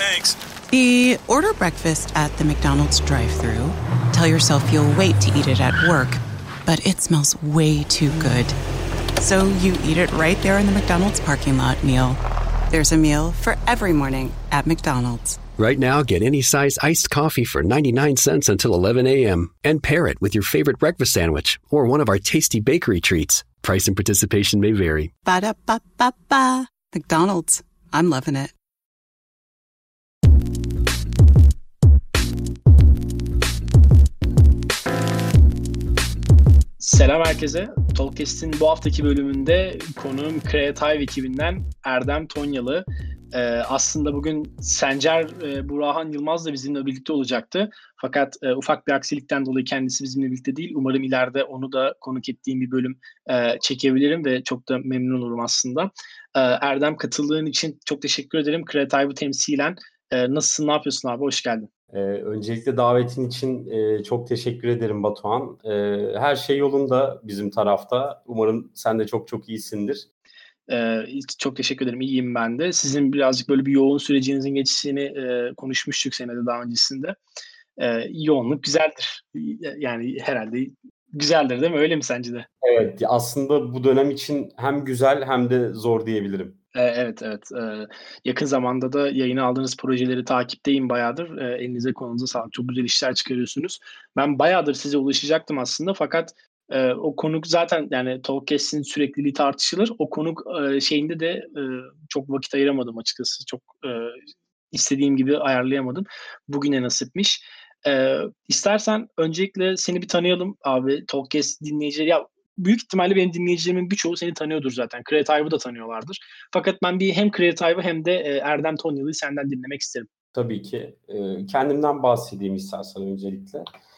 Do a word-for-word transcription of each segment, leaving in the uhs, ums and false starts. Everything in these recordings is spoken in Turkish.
Thanks. The order breakfast at the McDonald's drive-thru. Tell yourself you'll wait to eat it at work, but it smells way too good. So you eat it right there in the McDonald's parking lot meal. There's a meal for every morning at McDonald's. Right now, get any size iced coffee for ninety-nine cents until eleven a.m. and pair it with your favorite breakfast sandwich or one of our tasty bakery treats. Price and participation may vary. Ba-da-ba-ba-ba. McDonald's. I'm loving it. Selam herkese. Talkcast'in bu haftaki bölümünde konuğum Creative ekibinden Erdem Tonyalı. Ee, aslında bugün Sencer e, Burhan Yılmaz da bizimle birlikte olacaktı. Fakat e, ufak bir aksilikten dolayı kendisi bizimle birlikte değil. Umarım ileride onu da konuk ettiğim bir bölüm e, çekebilirim ve çok da memnun olurum aslında. E, Erdem, katıldığın için çok teşekkür ederim. Creative'ı temsilen. E, nasılsın, ne yapıyorsun abi? Hoş geldin. Ee, öncelikle davetin için e, çok teşekkür ederim Batuhan. E, her şey yolunda bizim tarafta. Umarım sen de çok çok iyisindir. Ee, çok teşekkür ederim. İyiyim ben de. Sizin birazcık böyle bir yoğun sürecinizin geçişini e, konuşmuştuk senede daha öncesinde. E, yoğunluk güzeldir. Yani herhalde güzeldir değil mi? Öyle mi sence de? Evet, aslında bu dönem için hem güzel hem de zor diyebilirim. E, evet, evet. E, yakın zamanda da yayına aldığınız projeleri takipteyim bayağıdır. E, elinize kolunuza sağlık. Çok güzel işler çıkarıyorsunuz. Ben bayağıdır size ulaşacaktım aslında, fakat Ee, o konuk zaten, yani Talkcast'in sürekliliği tartışılır. O konuk e, şeyinde de e, çok vakit ayıramadım açıkçası. Çok e, istediğim gibi ayarlayamadım. Bugüne nasipmiş. E, istersen öncelikle seni bir tanıyalım abi. Talkcast dinleyicileri, ya büyük ihtimalle benim dinleyicilerimin birçoğu seni tanıyordur zaten. Creative'ı da tanıyorlardır. Fakat ben bir hem Creative'ı hem de e, Erdem Tonyalı'yı senden dinlemek isterim. Tabii ki. E, kendimden bahsedeyim istersen öncelikle.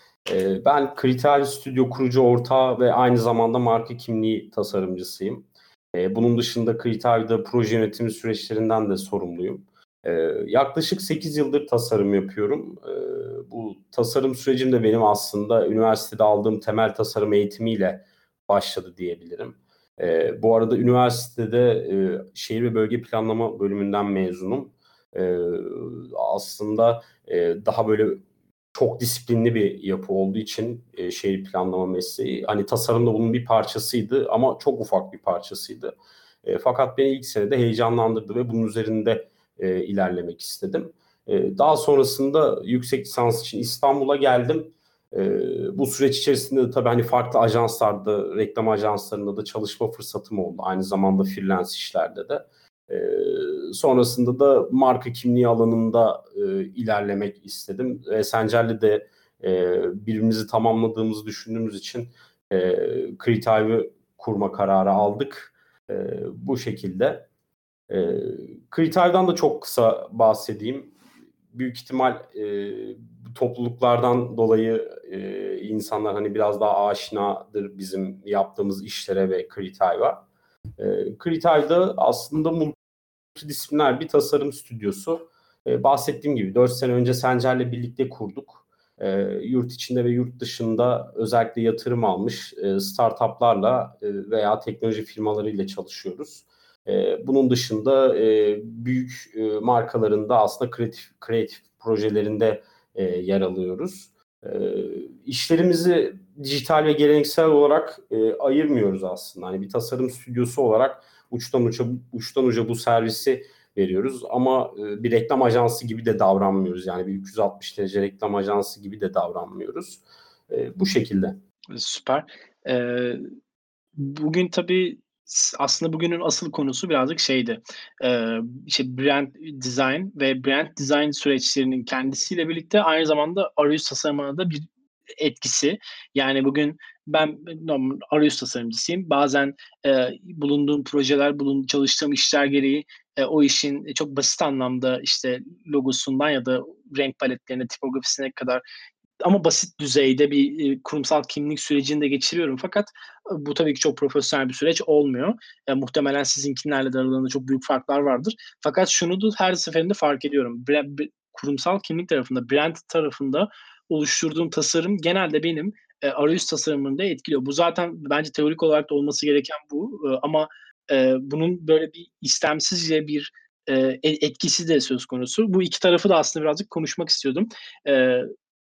Ben Creative Studio kurucu ortağı ve aynı zamanda marka kimliği tasarımcısıyım. Bunun dışında Creative'da proje yönetimi süreçlerinden de sorumluyum. Yaklaşık sekiz yıldır tasarım yapıyorum. Bu tasarım sürecim de benim aslında üniversitede aldığım temel tasarım eğitimiyle başladı diyebilirim. Bu arada üniversitede şehir ve bölge planlama bölümünden mezunum. Aslında daha böyle çok disiplinli bir yapı olduğu için e, şehir planlama mesleği, hani tasarım da bunun bir parçasıydı ama çok ufak bir parçasıydı. E, fakat beni ilk senede heyecanlandırdı ve bunun üzerinde e, ilerlemek istedim. E, daha sonrasında yüksek lisans için İstanbul'a geldim. E, bu süreç içerisinde de tabii hani farklı ajanslarda, reklam ajanslarında da çalışma fırsatım oldu. Aynı zamanda freelance işlerde de. Ee, sonrasında da marka kimliği alanında e, ilerlemek istedim. E, Sencer'le de e, birbirimizi tamamladığımızı düşündüğümüz için e, Creative'ı kurma kararı aldık. E, bu şekilde. E, Creative'dan da çok kısa bahsedeyim. Büyük ihtimal e, topluluklardan dolayı e, insanlar hani biraz daha aşinadır bizim yaptığımız işlere ve Creative'a. E, Creative'da aslında multidisipliner bir tasarım stüdyosu. E, bahsettiğim gibi dört sene önce Sencer'le birlikte kurduk. E, yurt içinde ve yurt dışında özellikle yatırım almış e, startuplarla e, veya teknoloji firmalarıyla çalışıyoruz. E, bunun dışında e, büyük e, markalarında aslında kreatif, kreatif projelerinde e, yer alıyoruz. E, işlerimizi dijital ve geleneksel olarak e, ayırmıyoruz aslında. Hani bir tasarım stüdyosu olarak uçtan uca uçtan uca bu servisi veriyoruz ama e, bir reklam ajansı gibi de davranmıyoruz. Yani bir üç yüz altmış derece reklam ajansı gibi de davranmıyoruz. E, bu şekilde. Süper. Ee, bugün tabii aslında bugünün asıl konusu birazcık şeydi. Ee, işte brand design ve brand design süreçlerinin kendisiyle birlikte aynı zamanda arayüz tasarımına da bir etkisi. Yani bugün ben normal arayüz tasarımcısıyım. Bazen e, bulunduğum projeler, bulunduğum çalıştığım işler gereği e, o işin çok basit anlamda işte logosundan ya da renk paletlerine, tipografisine kadar ama basit düzeyde bir e, kurumsal kimlik sürecini de geçiriyorum. Fakat e, bu tabii ki çok profesyonel bir süreç olmuyor. E, muhtemelen sizinkilerle de aralarında çok büyük farklar vardır. Fakat şunu da her seferinde fark ediyorum. Brand, kurumsal kimlik tarafında, brand tarafında oluşturduğum tasarım genelde benim e, arayüz tasarımını da etkiliyor. Bu zaten bence teorik olarak da olması gereken bu. E, ama e, bunun böyle bir istemsizce bir e, etkisi de söz konusu. Bu iki tarafı da aslında birazcık konuşmak istiyordum. E,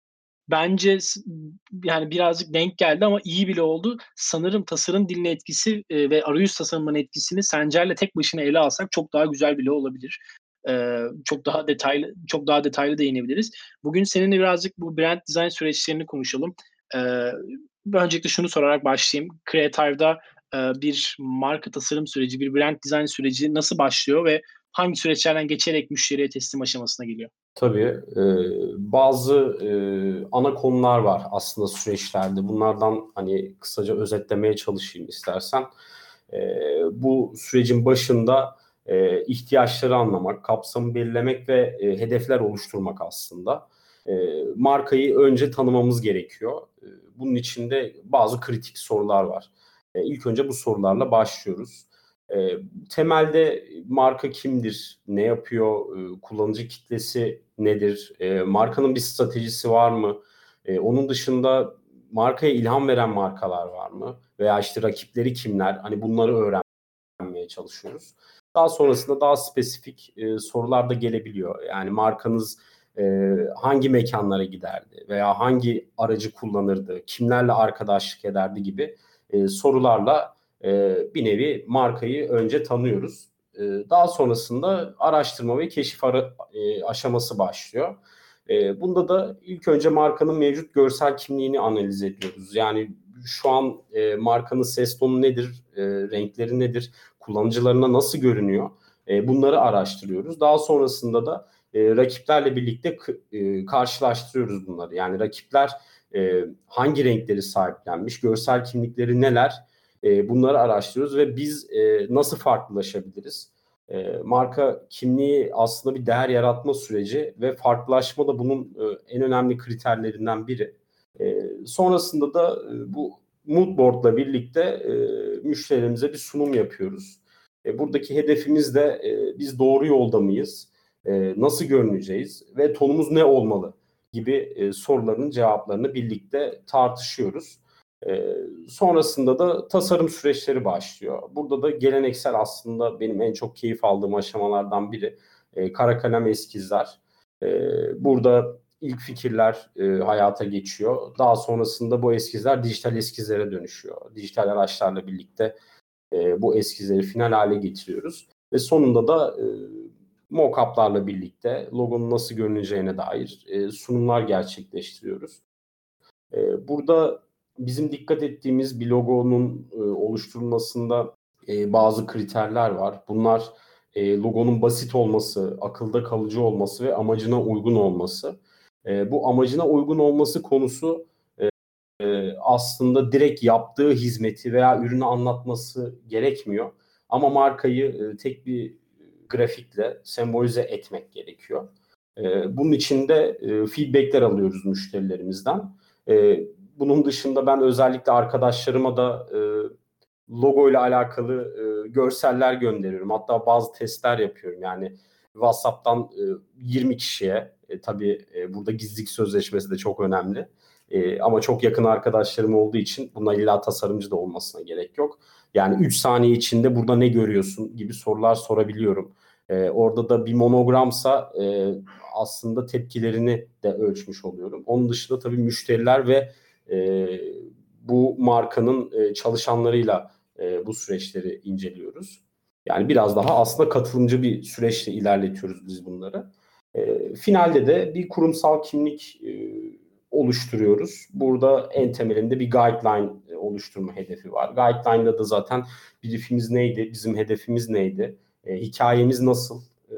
bence yani birazcık denk geldi ama iyi bile oldu. Sanırım tasarım diline etkisi e, ve arayüz tasarımının etkisini Sencer'le tek başına ele alsak çok daha güzel bile olabilir. Ee, çok daha detaylı çok daha detaylı değinebiliriz. Bugün seninle birazcık bu brand design süreçlerini konuşalım. Ee, öncelikle şunu sorarak başlayayım. Creative'da e, bir marka tasarım süreci, bir brand design süreci nasıl başlıyor ve hangi süreçlerden geçerek müşteriye teslim aşamasına geliyor? Tabii e, bazı e, ana konular var aslında süreçlerde. Bunlardan hani kısaca özetlemeye çalışayım istersen. E, bu sürecin başında e, ihtiyaçları anlamak, kapsamı belirlemek ve e, hedefler oluşturmak aslında. E, markayı önce tanımamız gerekiyor. E, bunun içinde bazı kritik sorular var. E, ilk önce bu sorularla başlıyoruz. E, temelde marka kimdir, ne yapıyor, e, kullanıcı kitlesi nedir, e, markanın bir stratejisi var mı? E, onun dışında markaya ilham veren markalar var mı? Veya işte rakipleri kimler? Hani bunları öğrenmeye çalışıyoruz. Daha sonrasında daha spesifik e, sorular da gelebiliyor. Yani markanız e, hangi mekanlara giderdi veya hangi aracı kullanırdı, kimlerle arkadaşlık ederdi gibi e, sorularla e, bir nevi markayı önce tanıyoruz. E, daha sonrasında araştırma ve keşif ara, e, aşaması başlıyor. E, bunda da ilk önce markanın mevcut görsel kimliğini analiz ediyoruz. Yani şu an e, markanın ses tonu nedir, e, renkleri nedir, kullanıcılarına nasıl görünüyor? E, bunları araştırıyoruz. Daha sonrasında da e, rakiplerle birlikte k- e, karşılaştırıyoruz bunları. Yani rakipler e, hangi renkleri sahiplenmiş, görsel kimlikleri neler, e, bunları araştırıyoruz ve biz e, nasıl farklılaşabiliriz? E, marka kimliği aslında bir değer yaratma süreci ve farklılaşma da bunun e, en önemli kriterlerinden biri. E, sonrasında da e, bu mood board'la birlikte e, müşterilerimize bir sunum yapıyoruz. E, buradaki hedefimiz de e, biz doğru yolda mıyız? E, nasıl görüneceğiz? Ve tonumuz ne olmalı? Gibi e, soruların cevaplarını birlikte tartışıyoruz. E, sonrasında da tasarım süreçleri başlıyor. Burada da geleneksel aslında benim en çok keyif aldığım aşamalardan biri e, kara kalem eskizler. E, burada ilk fikirler e, hayata geçiyor. Daha sonrasında bu eskizler dijital eskizlere dönüşüyor. Dijital araçlarla birlikte e, bu eskizleri final hale getiriyoruz. Ve sonunda da e, mock-up'larla birlikte logonun nasıl görüneceğine dair e, sunumlar gerçekleştiriyoruz. E, burada bizim dikkat ettiğimiz bir logonun e, oluşturulmasında e, bazı kriterler var. Bunlar e, logonun basit olması, akılda kalıcı olması ve amacına uygun olması. E, bu amacına uygun olması konusu e, aslında direkt yaptığı hizmeti veya ürünü anlatması gerekmiyor. Ama markayı e, tek bir grafikle sembolize etmek gerekiyor. E, bunun için de e, feedbackler alıyoruz müşterilerimizden. E, bunun dışında ben özellikle arkadaşlarıma da e, logo ile alakalı e, görseller gönderiyorum. Hatta bazı testler yapıyorum. Yani WhatsApp'tan e, yirmi kişiye, e, tabii e, burada gizlilik sözleşmesi de çok önemli. E, ama çok yakın arkadaşlarım olduğu için bunlar illa tasarımcı da olmasına gerek yok. Yani üç saniye içinde burada ne görüyorsun gibi sorular sorabiliyorum. E, orada da bir monogramsa e, aslında tepkilerini de ölçmüş oluyorum. Onun dışında tabii müşteriler ve e, bu markanın e, çalışanlarıyla e, bu süreçleri inceliyoruz. Yani biraz daha aslında katılımcı bir süreçle ilerletiyoruz biz bunları. E, finalde de bir kurumsal kimlik e, oluşturuyoruz. Burada en temelinde bir guideline e, oluşturma hedefi var. Guideline'da da zaten briefimiz neydi, bizim hedefimiz neydi, e, hikayemiz nasıl, e,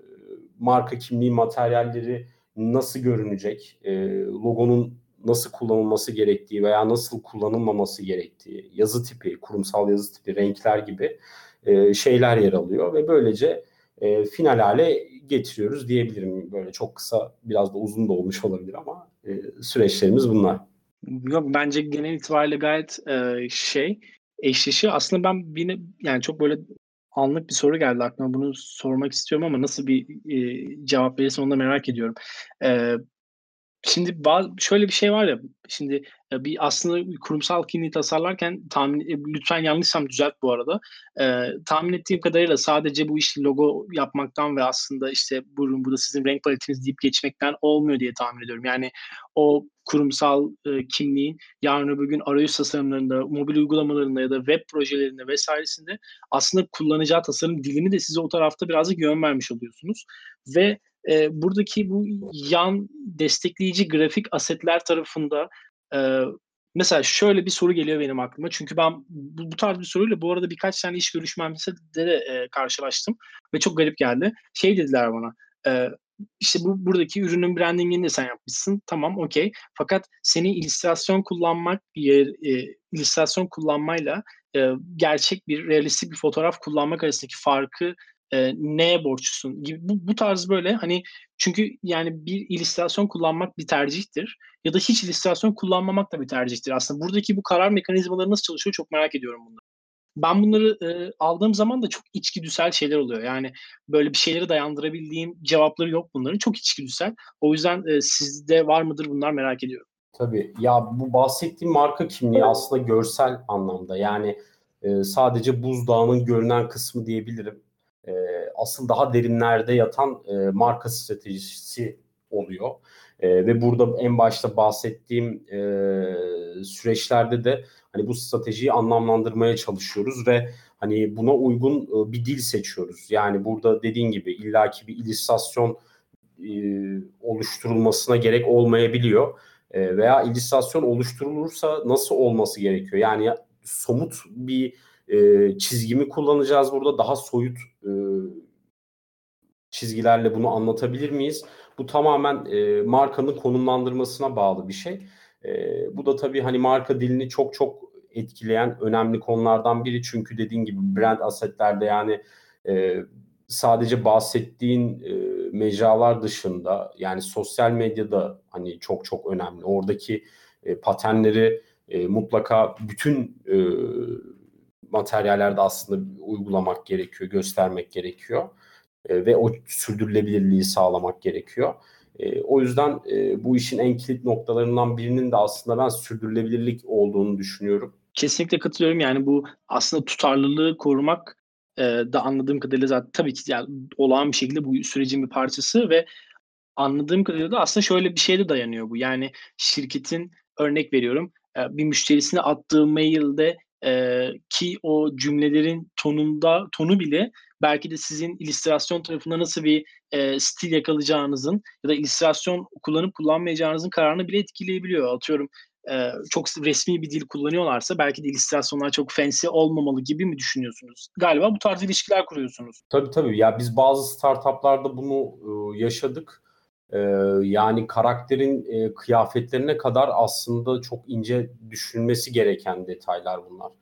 marka kimliği materyalleri nasıl görünecek, e, logonun nasıl kullanılması gerektiği veya nasıl kullanılmaması gerektiği, yazı tipi, kurumsal yazı tipi, renkler gibi e, şeyler yer alıyor ve böylece e, final hale getiriyoruz diyebilirim. Böyle çok kısa, biraz da uzun da olmuş olabilir ama e, süreçlerimiz bunlar. Yok, bence genel itibariyle gayet e, şey eşleşiyor. Aslında ben yine yani çok böyle anlık bir soru geldi aklıma. Bunu sormak istiyorum ama nasıl bir e, cevap verirsin onu da merak ediyorum. E, Şimdi baz şöyle bir şey var ya, şimdi, eee, bir aslında bir kurumsal kimliği tasarlarken tahmin eee, lütfen yanlışsam düzelt bu arada. Eee, tahmin ettiğim kadarıyla sadece bu iş logo yapmaktan ve aslında, işte, "Buyurun, bu da sizin renk paletiniz." deyip geçmekten olmuyor diye tahmin ediyorum. Yani o kurumsal, eee, kimliğin yarın öbür gün arayüz tasarımlarında, mobil uygulamalarında ya da web projelerinde vesairesinde aslında kullanacağı tasarım dilini de size o tarafta birazcık yön vermiş oluyorsunuz ve Eee, buradaki bu yan destekleyici grafik asetler tarafında, eee, mesela şöyle bir soru geliyor benim aklıma. Çünkü ben bu bu tarz bir soruyla bu arada birkaç tane iş görüşmemde de, eee, karşılaştım ve çok garip geldi. Şey dediler bana, eee, işte, "Bu buradaki ürünün branding'ini de sen yapmışsın. Tamam, okay. Fakat senin illüstrasyon kullanmak yer eee, illüstrasyon kullanmayla, eee, gerçek bir, realistik bir fotoğraf kullanmak arasındaki farkı Eee, neye borçlusun gibi bu bu tarz böyle, hani, çünkü yani bir illüstrasyon kullanmak bir tercihtir ya da hiç illüstrasyon kullanmamak da bir tercihtir. Aslında buradaki bu karar mekanizmaları nasıl çalışıyor çok merak ediyorum bunları. Ben bunları, eee, aldığım zaman da çok içgüdüsel şeyler oluyor. Yani, böyle bir şeyleri dayandırabildiğim cevapları yok bunların. Çok içgüdüsel. O yüzden, eee, sizde var mıdır bunlar merak ediyorum. Tabii. Ya, bu bahsettiğim marka kimliği aslında görsel anlamda, yani, eee, sadece buzdağının görünen kısmı diyebilirim. Eee, asıl daha derinlerde yatan, eee, marka stratejisi oluyor. Eee, ve burada en başta bahsettiğim, eee, süreçlerde de, hani, bu stratejiyi anlamlandırmaya çalışıyoruz ve, hani, buna uygun, ııı, bir dil seçiyoruz. Yani, burada dediğin gibi illaki bir illüstrasyon, eee, oluşturulmasına gerek olmayabiliyor. E, veya illüstrasyon oluşturulursa nasıl olması gerekiyor? Yani ya, somut bir e, çizgi mi kullanacağız burada? Daha soyut e, çizgilerle bunu anlatabilir miyiz? Bu tamamen e, markanın konumlandırmasına bağlı bir şey. E, bu da tabii hani marka dilini çok çok etkileyen önemli konulardan biri. Çünkü dediğin gibi brand assetlerde yani e, sadece bahsettiğin e, mecralar dışında yani sosyal medyada hani çok çok önemli. Oradaki e, paternleri e, mutlaka bütün e, materyallerde aslında uygulamak gerekiyor, göstermek gerekiyor. E, ve o sürdürülebilirliği sağlamak gerekiyor. E, o yüzden e, bu işin en kilit noktalarından birinin de aslında ben sürdürülebilirlik olduğunu düşünüyorum. Kesinlikle katılıyorum. Yani, bu aslında tutarlılığı korumak, eee, da anladığım kadarıyla zaten tabii ki yani olağan bir şekilde bu sürecin bir parçası ve anladığım kadarıyla da aslında şöyle bir şeye de dayanıyor bu. Yani şirketin örnek veriyorum, eee, bir müşterisine attığı mailde, eee, ki o cümlelerin tonunda tonu bile belki de sizin illüstrasyon tarafında nasıl bir, eee, stil yakalayacağınızın ya da illüstrasyon kullanıp kullanmayacağınızın kararını bile etkileyebiliyor. Atıyorum, eee, çok s resmî bir dil kullanıyorlarsa belki de illüstrasyonlar çok fancy olmamalı gibi mi düşünüyorsunuz? Galiba bu tarz ilişkiler kuruyorsunuz. Tabii tabii. Ya biz bazı startuplarda bunu e, yaşadık. E, yani karakterin e, kıyafetlerine kadar aslında çok ince düşünülmesi gereken detaylar bunlar.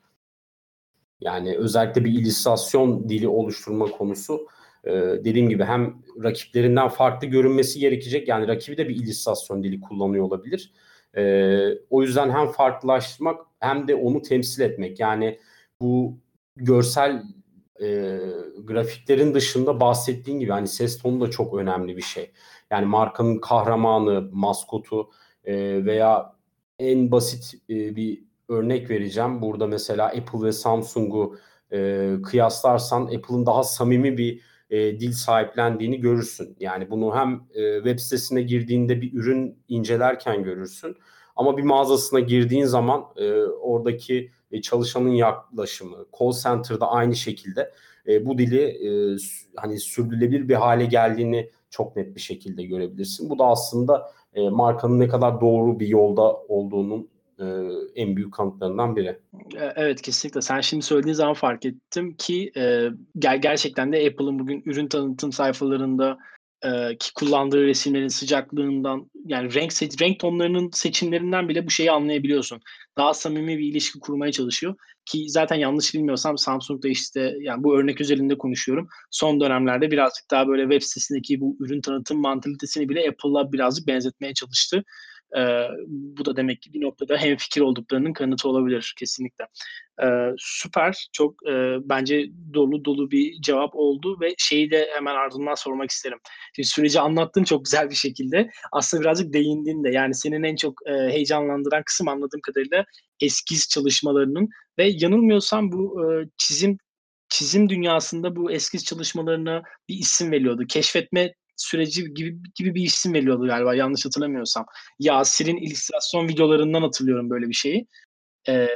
Yani özellikle bir illüstrasyon dili oluşturma konusu e, dediğim gibi hem rakiplerinden farklı görünmesi gerekecek. Yani rakibi de bir illüstrasyon dili kullanıyor olabilir. E, o yüzden hem farklılaştırmak hem de onu temsil etmek. Yani bu görsel e, grafiklerin dışında bahsettiğin gibi hani ses tonu da çok önemli bir şey. Yani markanın kahramanı, maskotu e, veya en basit e, bir örnek vereceğim. Burada mesela Apple ve Samsung'u e, kıyaslarsan Apple'ın daha samimi bir e, dil sahiplendiğini görürsün. Yani bunu hem e, web sitesine girdiğinde bir ürün incelerken görürsün. Ama bir mağazasına girdiğin zaman e, oradaki e, çalışanın yaklaşımı, call center'da aynı şekilde e, bu dili e, hani sürdürülebilir bir hale geldiğini çok net bir şekilde görebilirsin. Bu da aslında e, markanın ne kadar doğru bir yolda olduğunun e, en büyük kanıtlarından biri. E evet, kesinlikle. Sen şimdi söylediğin zaman fark ettim ki, eee, ger gerçekten de Apple'ın bugün ürün tanıtım sayfalarında, eee, ki kullandığı resimlerin sıcaklığından, yani renk seç renk tonlarının seçimlerinden bile bu şeyi anlayabiliyorsun. Daha samimi bir ilişki kurmaya çalışıyor ki zaten yanlış bilmiyorsam Samsung da, işte, yani bu örnek özelinde konuşuyorum. Son dönemlerde birazcık daha böyle web sitesindeki bu ürün tanıtım mantalitesini bile Apple'a birazcık benzetmeye çalıştı. Eee, bu da demek ki bir noktada hemfikir olduklarının kanıtı olabilir kesinlikle. Eee, süper, çok, eee, bence dolu dolu bir cevap oldu ve şeyi de hemen ardından sormak isterim. Şimdi süreci anlattın çok güzel bir şekilde. Aslında birazcık değindin de, yani senin en çok, eee, heyecanlandıran kısım anladığım kadarıyla eskiz çalışmalarının ve yanılmıyorsam bu, eee, çizim çizim dünyasında bu eskiz çalışmalarına bir isim veriliyordu. Keşfetme süreci gibi gibi bir isim veriliyordu galiba yanlış hatırlamıyorsam. Yasir'in illüstrasyon videolarından hatırlıyorum böyle bir şeyi. Eee,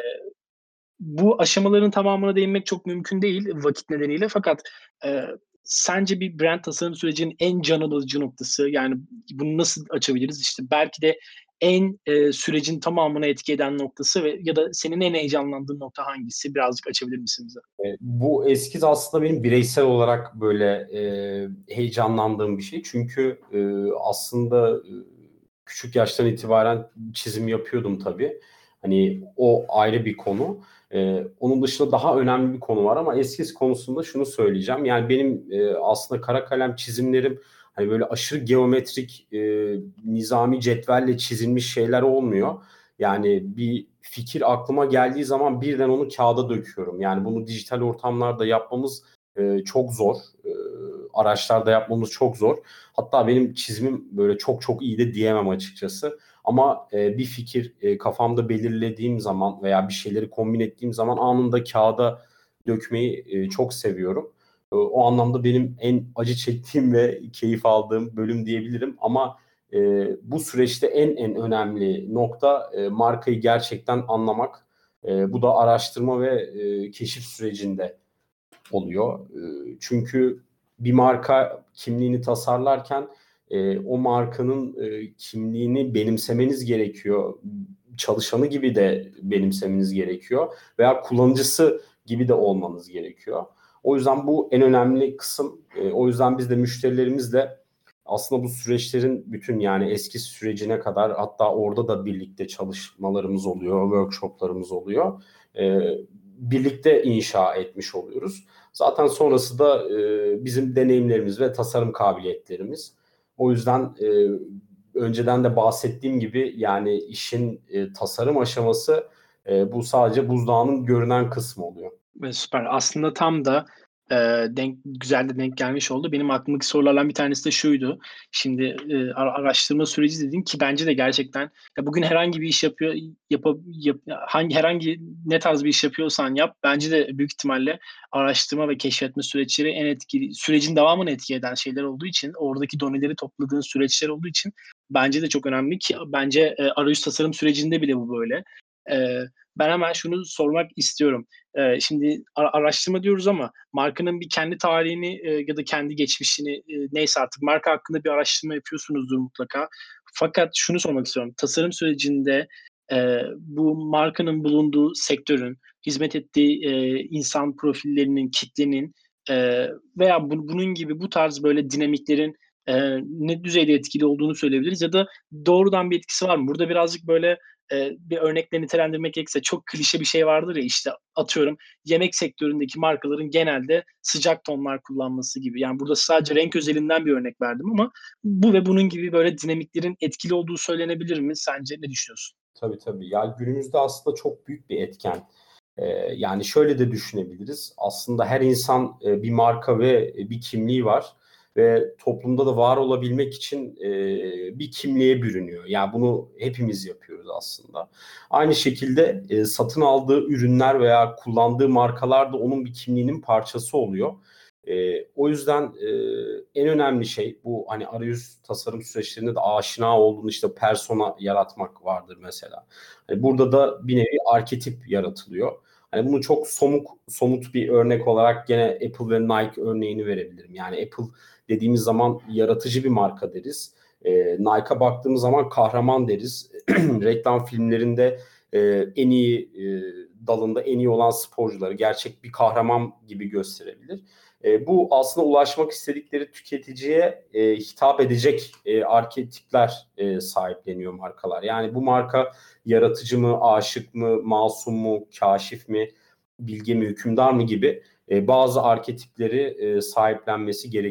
bu aşamaların tamamına değinmek çok mümkün değil vakit nedeniyle fakat, eee, sence bir brand tasarım sürecinin en can alıcı noktası, yani bunu nasıl açabiliriz? İşte belki de en, eee, sürecin tamamına etki eden noktası ve ya da senin en heyecanlandığın nokta hangisi? Birazcık açabilir misin bize? Eee, bu eskiz aslında benim bireysel olarak böyle, eee, heyecanlandığım bir şey. Çünkü, eee, aslında, ııı, küçük yaştan itibaren çizim yapıyordum tabii. Hani, o ayrı bir konu. Eee, onun dışında daha önemli bir konu var ama eskiz konusunda şunu söyleyeceğim. Yani benim, eee, aslında kara kalem çizimlerim, hani, böyle aşırı geometrik, eee, nizami cetvelle çizilmiş şeyler olmuyor. Yani bir fikir aklıma geldiği zaman birden onu kağıda döküyorum. Yani bunu dijital ortamlarda yapmamız, eee, çok zor. Eee, araçlarda yapmamız çok zor. Hatta benim çizimim böyle çok çok iyi de diyemem açıkçası. Ama, eee, bir fikir, eee, kafamda belirlediğim zaman veya bir şeyleri kombin ettiğim zaman anında kağıda dökmeyi, eee, çok seviyorum. Eee, o anlamda benim en acı çektiğim ve keyif aldığım bölüm diyebilirim ama, eee, bu süreçte en en önemli nokta, eee, markayı gerçekten anlamak. Eee, bu da araştırma ve, eee, keşif sürecinde oluyor. Eee, çünkü bir marka kimliğini tasarlarken, eee, o markanın, eee, kimliğini benimsemeniz gerekiyor. Çalışanı gibi de benimsemeniz gerekiyor veya kullanıcısı gibi de olmanız gerekiyor. O yüzden bu en önemli kısım. Eee, o yüzden biz de müşterilerimizle aslında bu süreçlerin bütün yani eskiz sürecine kadar hatta orada da birlikte çalışmalarımız oluyor, workshop'larımız oluyor. Eee, birlikte inşa etmiş oluyoruz. Zaten sonrası da, eee, bizim deneyimlerimiz ve tasarım kabiliyetlerimiz. O yüzden, eee, önceden de bahsettiğim gibi yani işin, eee, tasarım aşaması, eee, bu sadece buzdağının görünen kısmı oluyor. Eee, süper. Aslında tam da, eee, denk güzel de denk gelmiş oldu. Benim aklımdaki sorulardan bir tanesi de şuydu. Şimdi, eee, ara araştırma süreci dedin ki bence de gerçekten ya, bugün herhangi bir iş yapıyor yapa yap hangi herhangi ne tarz bir iş yapıyorsan yap, bence de büyük ihtimalle araştırma ve keşfetme süreçleri en etkili sürecin devamını etki eden şeyler olduğu için, oradaki doneleri topladığın süreçler olduğu için bence de çok önemli ki bence, eee, arayüz tasarım sürecinde bile bu böyle. Eee, ben hemen şunu sormak istiyorum. Eee, şimdi ara araştırma diyoruz ama markanın bir kendi tarihini, eee, ya da kendi geçmişini, eee, neyse artık marka hakkında bir araştırma yapıyorsunuzdur mutlaka. Fakat şunu sormak istiyorum. Tasarım sürecinde, eee, bu markanın bulunduğu sektörün, hizmet ettiği, eee, insan profillerinin, kitlenin, eee, veya bu bunun gibi bu tarz böyle dinamiklerin, eee, ne düzeyde etkili olduğunu söyleyebiliriz ya da doğrudan bir etkisi var mı? Burada birazcık böyle, eee, bir örnekle nitelendirmek gerekirse çok klişe bir şey vardır ya, işte, atıyorum, yemek sektöründeki markaların genelde sıcak tonlar kullanması gibi. Yani burada sadece renk özelinden bir örnek verdim ama bu ve bunun gibi böyle dinamiklerin etkili olduğu söylenebilir mi? Sence ne düşünüyorsun? Tabii, tabii. Ya, günümüzde aslında çok büyük bir etken. Eee, yani şöyle de düşünebiliriz. Aslında her insan, eee, bir marka ve, bir kimliği var ve toplumda da var olabilmek için, eee, bir kimliğe bürünüyor. Yani bunu hepimiz yapıyoruz aslında. Aynı şekilde, eee, satın aldığı ürünler veya kullandığı markalar da onun bir kimliğinin parçası oluyor. Eee, o yüzden, eee, en önemli şey bu, hani, arayüz tasarım süreçlerinde de aşina olduğun, işte, persona yaratmak vardır mesela. Hani, burada da bir nevi arketip yaratılıyor. Hani, bunu çok somuk somut bir örnek olarak gene Apple ve Nike örneğini verebilirim. Yani Apple dediğimiz zaman yaratıcı bir marka deriz. Eee, Nike'a baktığımız zaman kahraman deriz. Reklam filmlerinde, eee, en iyi, eee, dalında en iyi olan sporcuları gerçek bir kahraman gibi gösterebilir. Eee, bu aslında ulaşmak istedikleri tüketiciye, eee, hitap edecek, eee, arketipler, eee, sahipleniyor markalar. Yani bu marka yaratıcı mı, aşık mı, masum mu, kâşif mi, bilge mi, hükümdar mı gibi, eee, bazı arketipleri, eee, sahiplenmesi gerekiyor.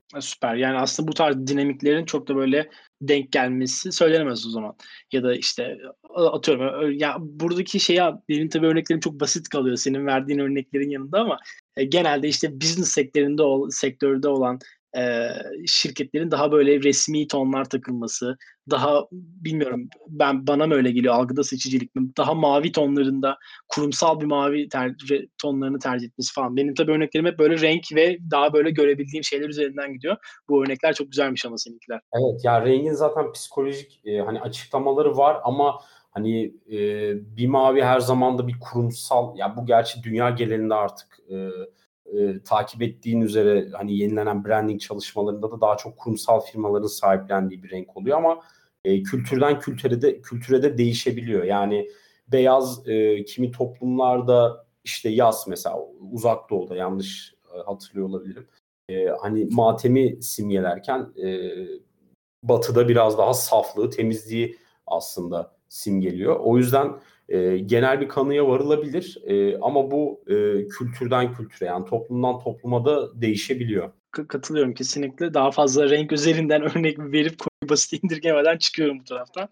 E, süper. Yani aslında bu tarz dinamiklerin çok da böyle denk gelmesi söylenemez o zaman. Ya da işte a- atıyorum ö- ya buradaki şey ya benim tabii örneklerim çok basit kalıyor senin verdiğin örneklerin yanında ama e, genelde işte business sektöründe ol, sektörde olan e, şirketlerin daha böyle resmi tonlar takılması, daha bilmiyorum ben bana mı öyle geliyor algıda seçicilik mi? Daha mavi tonlarında kurumsal bir mavi ter- re- tonlarını tercih etmesi falan. Benim tabii örneklerim hep böyle renk ve daha böyle görebildiğim şeyler üzerinden gidiyor. Bu örnekler çok güzelmiş ama seninkiler. Evet, ya rengin zaten psikolojik e, hani açıklamaları var ama hani e, bir mavi her zaman da bir kurumsal, ya bu gerçi dünya genelinde artık e, e, takip ettiğin üzere hani yenilenen branding çalışmalarında da daha çok kurumsal firmaların sahiplendiği bir renk oluyor ama e, kültürden kültüre de kültüre de değişebiliyor. Yani beyaz e, kimi toplumlarda işte yaz mesela Uzak Doğu'da yanlış e, hatırlıyor olabilirim. E, hani matemi simgelerken e, Batı'da biraz daha saflığı, temizliği aslında simgeliyor. O yüzden e, genel bir kanıya varılabilir. E, ama bu e, kültürden kültüre, yani toplumdan topluma da değişebiliyor. K- katılıyorum kesinlikle. Daha fazla renk üzerinden örnek verip konuyu basit indirgemeden çıkıyorum bu taraftan.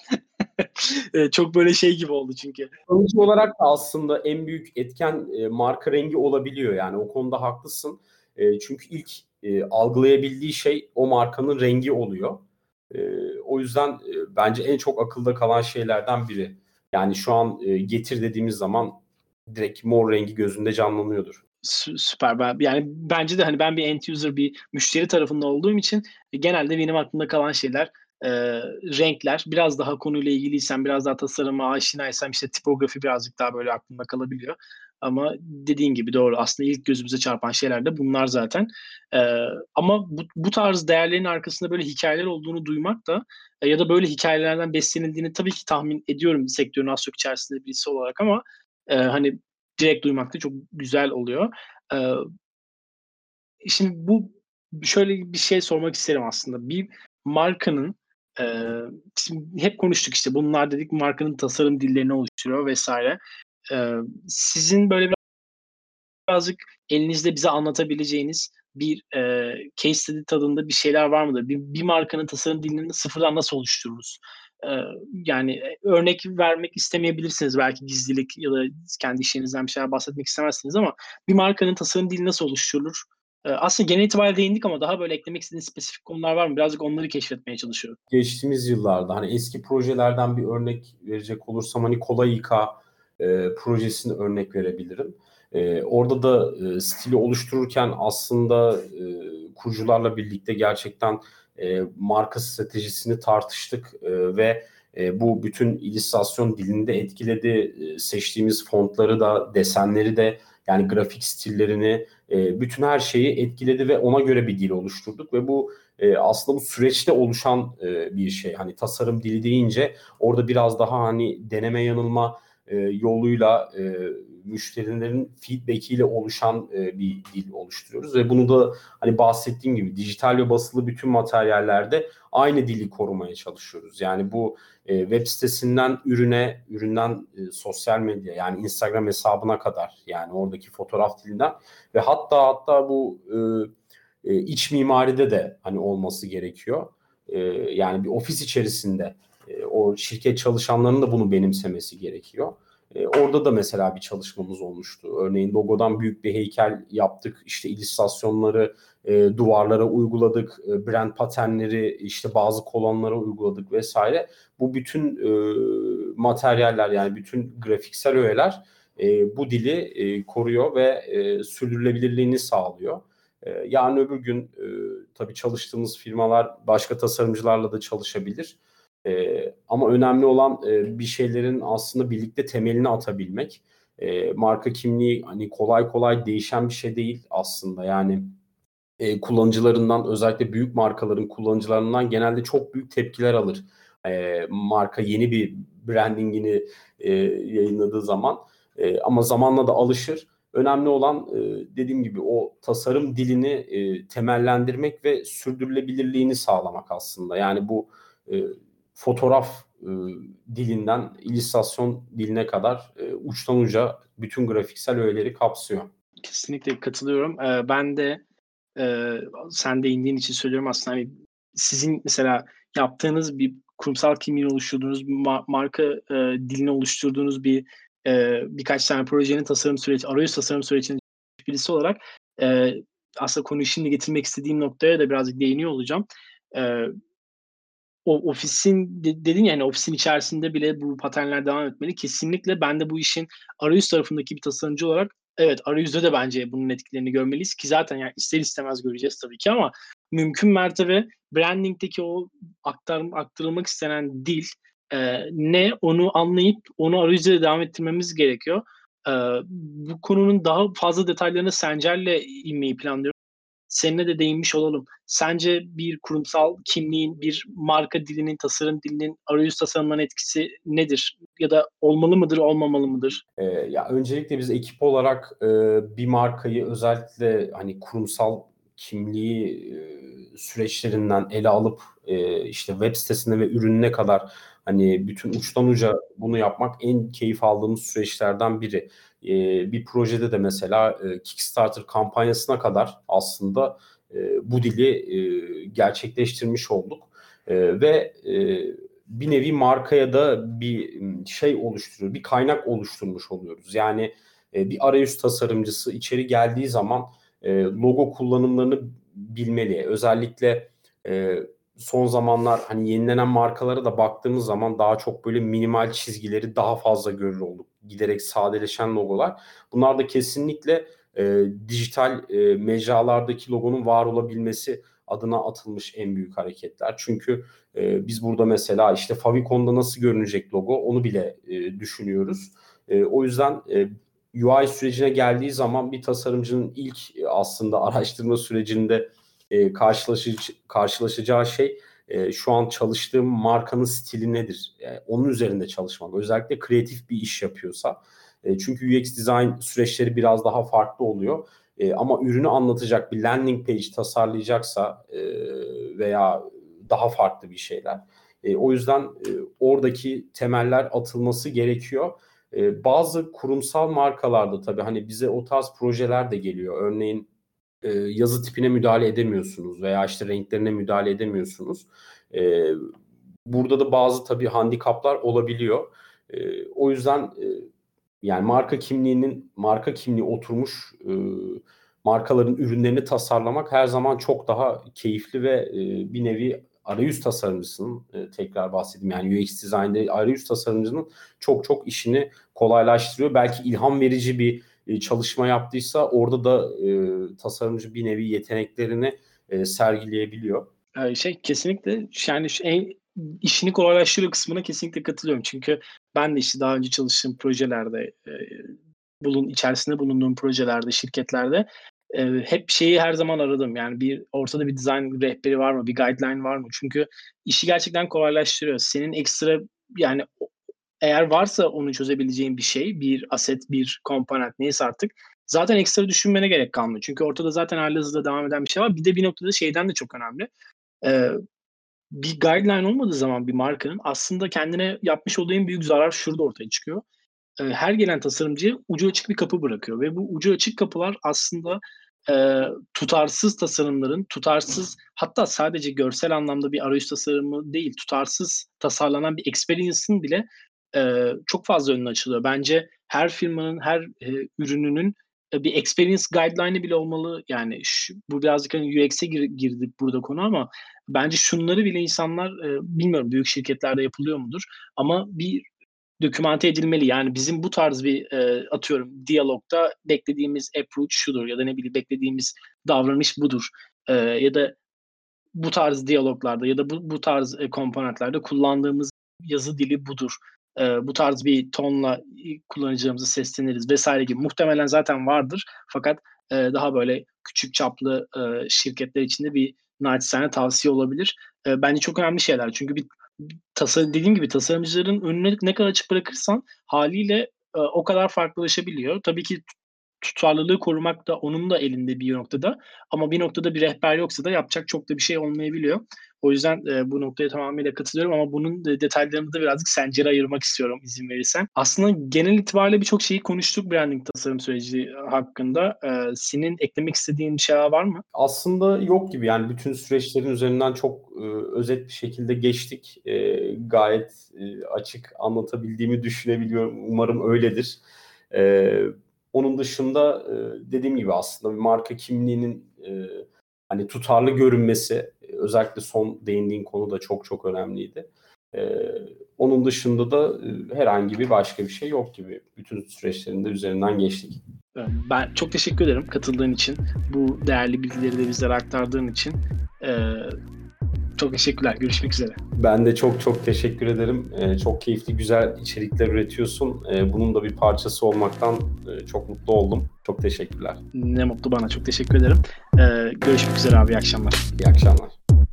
E, Çok böyle şey gibi oldu çünkü. Sonuç olarak da aslında en büyük etken e, marka rengi olabiliyor. Yani o konuda haklısın. E, çünkü ilk e, algılayabildiği şey o markanın rengi oluyor. E, o yüzden e, bence en çok akılda kalan şeylerden biri. Yani şu an e, Getir dediğimiz zaman direkt mor rengi gözünde canlanıyordur. Sü- Süper. Ben, yani bence de hani ben bir end user, bir müşteri tarafında olduğum için genelde benim aklımda kalan şeyler e, renkler. Biraz daha konuyla ilgiliysem, biraz daha tasarıma aşinaysam işte tipografi birazcık daha böyle aklımda kalabiliyor. Ama dediğin gibi doğru. Aslında ilk gözümüze çarpan şeyler de bunlar zaten. E, ama bu, bu tarz değerlerin arkasında böyle hikayeler olduğunu duymak da e, ya da böyle hikayelerden beslenildiğini tabii ki tahmin ediyorum sektörün az çok içerisinde birisi olarak ama e, hani direkt duymak da çok güzel oluyor. Ee, Şimdi bu şöyle bir şey sormak isterim aslında. Bir markanın e, şimdi hep konuştuk işte bunlar dedik markanın tasarım dillerini oluşturuyor vesaire. Ee, Sizin böyle birazcık elinizde bize anlatabileceğiniz bir e, case study tadında bir şeyler var mıdır? Bir, bir markanın tasarım dilini sıfırdan nasıl oluştururuz? E, Yani örnek vermek istemeyebilirsiniz belki gizlilik ya da kendi işinizden bir şeyler bahsetmek istemezsiniz ama bir markanın tasarım dili nasıl oluşturulur? E, aslında genel itibariyle değindik ama daha böyle eklemek istediğiniz spesifik konular var mı? Birazcık onları keşfetmeye çalışıyorum. Geçtiğimiz yıllarda hani eski projelerden bir örnek verecek olursam hani Kolay İK e, projesini örnek verebilirim. E, orada da e, stili oluştururken aslında e, kurucularla birlikte gerçekten e, marka stratejisini tartıştık e, ve e, bu bütün illüstrasyon dilinde etkiledi. E, seçtiğimiz fontları da, desenleri de, yani grafik stillerini, e, bütün her şeyi etkiledi ve ona göre bir dil oluşturduk ve bu e, aslında bu süreçte oluşan e, bir şey. Hani tasarım dili deyince orada biraz daha hani deneme yanılma e, yoluyla e, müşterilerin feedback'iyle oluşan e, bir dil oluşturuyoruz ve bunu da hani bahsettiğim gibi dijital ve basılı bütün materyallerde aynı dili korumaya çalışıyoruz. Yani bu e, web sitesinden ürüne, üründen e, sosyal medya, yani Instagram hesabına kadar, yani oradaki fotoğraf dilinden ve hatta hatta bu e, e, iç mimaride de hani olması gerekiyor. E, yani bir ofis içerisinde e, o şirket çalışanlarının da bunu benimsemesi gerekiyor. E, orada da mesela bir çalışmamız olmuştu. Örneğin logodan büyük bir heykel yaptık. İşte illüstrasyonları e, duvarlara uyguladık. E, brand paternleri işte bazı kolonlara uyguladık vesaire. Bu bütün e, materyaller, yani bütün grafiksel öğeler e, bu dili e, koruyor ve e, sürdürülebilirliğini sağlıyor. E, yarın öbür gün e, tabii çalıştığımız firmalar başka tasarımcılarla da çalışabilir. E, ama önemli olan e, bir şeylerin aslında birlikte temelini atabilmek. E, marka kimliği hani kolay kolay değişen bir şey değil aslında. Yani e, kullanıcılarından, özellikle büyük markaların kullanıcılarından genelde çok büyük tepkiler alır. E, marka yeni bir brandingini e, yayınladığı zaman. E, ama zamanla da alışır. Önemli olan e, dediğim gibi o tasarım dilini e, temellendirmek ve sürdürülebilirliğini sağlamak aslında. Yani bu e, fotoğraf e, dilinden illüstrasyon diline kadar e, uçtan uca bütün grafiksel öğeleri kapsıyor. Kesinlikle katılıyorum. Ee, ben de e, sen değindiğin için söylüyorum aslında. Hani sizin mesela yaptığınız bir kurumsal kimliğini oluşturduğunuz, bir ma- marka e, dilini oluşturduğunuz bir e, birkaç tane projenin tasarım süreci, arayüz tasarım sürecinin birisi olarak e, aslında konuyu şimdi getirmek istediğim noktaya da birazcık değiniyor olacağım. E, o ofisin de, dedin ya hani ofisin içerisinde bile bu paternler devam etmeli. Kesinlikle ben de bu işin arayüz tarafındaki bir tasarımcı olarak evet arayüzde de bence bunun etkilerini görmeliyiz ki zaten yani ister istemez göreceğiz tabii ki ama mümkün mertebe branding'deki o aktar, aktarılmak istenen dil e, ne onu anlayıp onu arayüzde de devam ettirmemiz gerekiyor. E, bu konunun daha fazla detaylarına Sencer'le inmeyi planlıyorum. Seninle de değinmiş olalım. Sence bir kurumsal kimliğin, bir marka dilinin, tasarım dilinin arayüz tasarımlarına etkisi nedir? Ya da olmalı mıdır, olmamalı mıdır? Ee, ya öncelikle biz ekip olarak e, bir markayı özellikle hani kurumsal kimliği e, süreçlerinden ele alıp e, işte web sitesine ve ürününe kadar hani bütün uçtan uca bunu yapmak en keyif aldığımız süreçlerden biri. E, bir projede de mesela e, Kickstarter kampanyasına kadar aslında e, bu dili e, gerçekleştirmiş olduk. E, ve e, bir nevi markaya da bir şey oluşturuyor, bir kaynak oluşturmuş oluyoruz. Yani e, bir arayüz tasarımcısı içeri geldiği zaman e, logo kullanımlarını bilmeli. Özellikle e, son zamanlar hani yenilenen markalara da baktığımız zaman daha çok böyle minimal çizgileri daha fazla görür olduk. Giderek sadeleşen logolar. Bunlar da kesinlikle e, dijital e, mecralardaki logonun var olabilmesi adına atılmış en büyük hareketler. Çünkü e, biz burada mesela işte Favicon'da nasıl görünecek logo onu bile e, düşünüyoruz. E, o yüzden e, U I sürecine geldiği zaman bir tasarımcının ilk e, aslında araştırma sürecinde e, karşılaşıcı, karşılaşacağı şey e, şu an çalıştığım markanın stili nedir? Yani onun üzerinde çalışmak. Özellikle kreatif bir iş yapıyorsa. E, çünkü U X design süreçleri biraz daha farklı oluyor. E, ama ürünü anlatacak bir landing page tasarlayacaksa e, veya daha farklı bir şeyler. E, o yüzden e, oradaki temeller atılması gerekiyor. E, bazı kurumsal markalarda tabii hani bize o tarz projeler de geliyor. Örneğin e, yazı tipine müdahale edemiyorsunuz veya işte renklerine müdahale edemiyorsunuz. E, burada da bazı tabii handikaplar olabiliyor. E, o yüzden e, yani marka kimliğinin marka kimliği oturmuş e, markaların ürünlerini tasarlamak her zaman çok daha keyifli ve e, bir nevi arayüz tasarımcısının e, tekrar bahsedeyim yani U X design'de arayüz tasarımcının çok çok işini kolaylaştırıyor. Belki ilham verici bir e, çalışma yaptıysa orada da e, tasarımcı bir nevi yeteneklerini e, sergileyebiliyor. Ee, şey kesinlikle yani şu en işini kolaylaştırıyor kısmına kesinlikle katılıyorum. Çünkü ben de işte daha önce çalıştığım projelerde e, bulun içerisinde bulunduğum projelerde, şirketlerde e, hep şeyi her zaman aradım. Yani bir ortada bir design rehberi var mı, bir guideline var mı? Çünkü işi gerçekten kolaylaştırıyor. Senin ekstra yani eğer varsa onu çözebileceğin bir şey, bir aset, bir komponent neyse artık zaten ekstra düşünmene gerek kalmıyor. Çünkü ortada zaten halihazırda devam eden bir şey var. Bir de bir noktada şeyden de çok önemli. Ee, bir guideline olmadığı zaman bir markanın aslında kendine yapmış olduğu en büyük zarar şurada ortaya çıkıyor. Ee, her gelen tasarımcıya ucu açık bir kapı bırakıyor ve bu ucu açık kapılar aslında e, tutarsız tasarımların, tutarsız hatta sadece görsel anlamda bir arayüz tasarımı değil, tutarsız tasarlanan bir experience'ın bile e, çok fazla önüne açılıyor. Bence her firmanın, her e, ürününün e, bir experience guideline'ı bile olmalı. Yani şu, bu birazcık hani U X'e gir, girdik burada konu ama bence şunları bile insanlar e, bilmiyorum büyük şirketlerde yapılıyor mudur ama bir dokümante edilmeli. Yani bizim bu tarz bir e, atıyorum diyalogda beklediğimiz approach şudur ya da ne bileyim beklediğimiz davranış budur. E, ya da bu tarz diyaloglarda ya da bu, bu tarz e, komponentlerde kullandığımız yazı dili budur. E, bu tarz bir tonla kullanıcılarımıza sesleniriz vesaire gibi. Muhtemelen zaten vardır. Fakat e, daha böyle küçük çaplı e, şirketler içinde bir naçizane tavsiye olabilir. E, bence çok önemli şeyler. Çünkü bir tasarım dediğim gibi tasarımcıların önüne ne kadar açık bırakırsan haliyle e, o kadar farklılaşabiliyor. Tabii ki tutarlılığı korumak da onun da elinde bir noktada. Ama bir noktada bir rehber yoksa da yapacak çok da bir şey olmayabiliyor. O yüzden e, bu noktaya tamamıyla katılıyorum ama bunun de detaylarını da birazcık Sencer'e ayırmak istiyorum izin verirsen. Aslında genel itibariyle birçok şeyi konuştuk branding tasarım süreci hakkında. E, senin eklemek istediğin bir şeyler var mı? Aslında yok gibi, yani bütün süreçlerin üzerinden çok e, özet bir şekilde geçtik. E, gayet e, açık anlatabildiğimi düşünebiliyorum. Umarım öyledir. E, onun dışında e, dediğim gibi aslında bir marka kimliğinin e, hani tutarlı görünmesi, özellikle son değindiğin konu da çok çok önemliydi. Ee, onun dışında da e, herhangi bir başka bir şey yok gibi. Bütün süreçlerin de üzerinden geçtik. Ben çok teşekkür ederim katıldığın için. Bu değerli bilgileri de bizlere aktardığın için. Ee, çok teşekkürler. Görüşmek üzere. Ben de çok çok teşekkür ederim. Ee, çok keyifli, güzel içerikler üretiyorsun. Ee, bunun da bir parçası olmaktan e, çok mutlu oldum. Çok teşekkürler. Ne mutlu bana. Çok teşekkür ederim. Ee, görüşmek üzere abi. İyi akşamlar. İyi akşamlar.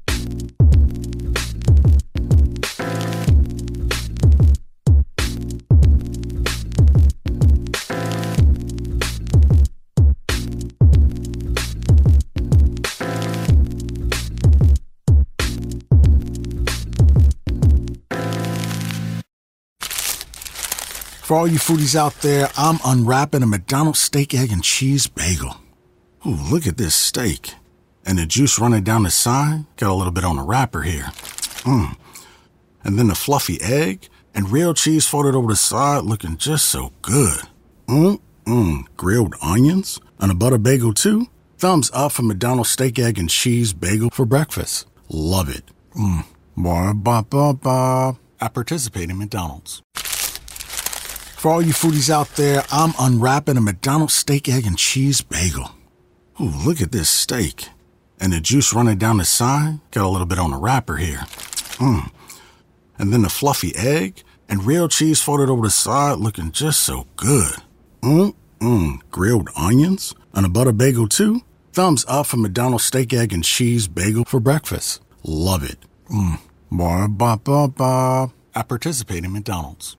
For all you foodies out there, I'm unwrapping a McDonald's steak, egg, and cheese bagel. Ooh, look at this steak. And the juice running down the side. Got a little bit on the wrapper here. Mmm. And then the fluffy egg and real cheese folded over the side looking just so good. Mmm-mmm. Grilled onions and a butter bagel too. Thumbs up for McDonald's steak, egg, and cheese bagel for breakfast. Love it. Mmm. Ba-ba-ba-ba. I participate in McDonald's. For all you foodies out there, I'm unwrapping a McDonald's steak, egg, and cheese bagel. Ooh, look at this steak. And the juice running down the side. Got a little bit on the wrapper here. Mmm. And then the fluffy egg and real cheese folded over the side looking just so good. Mmm. Grilled onions and a butter bagel too. Thumbs up for McDonald's steak, egg, and cheese bagel for breakfast. Love it. Mmm. Ba-ba-ba-ba. I participate in McDonald's.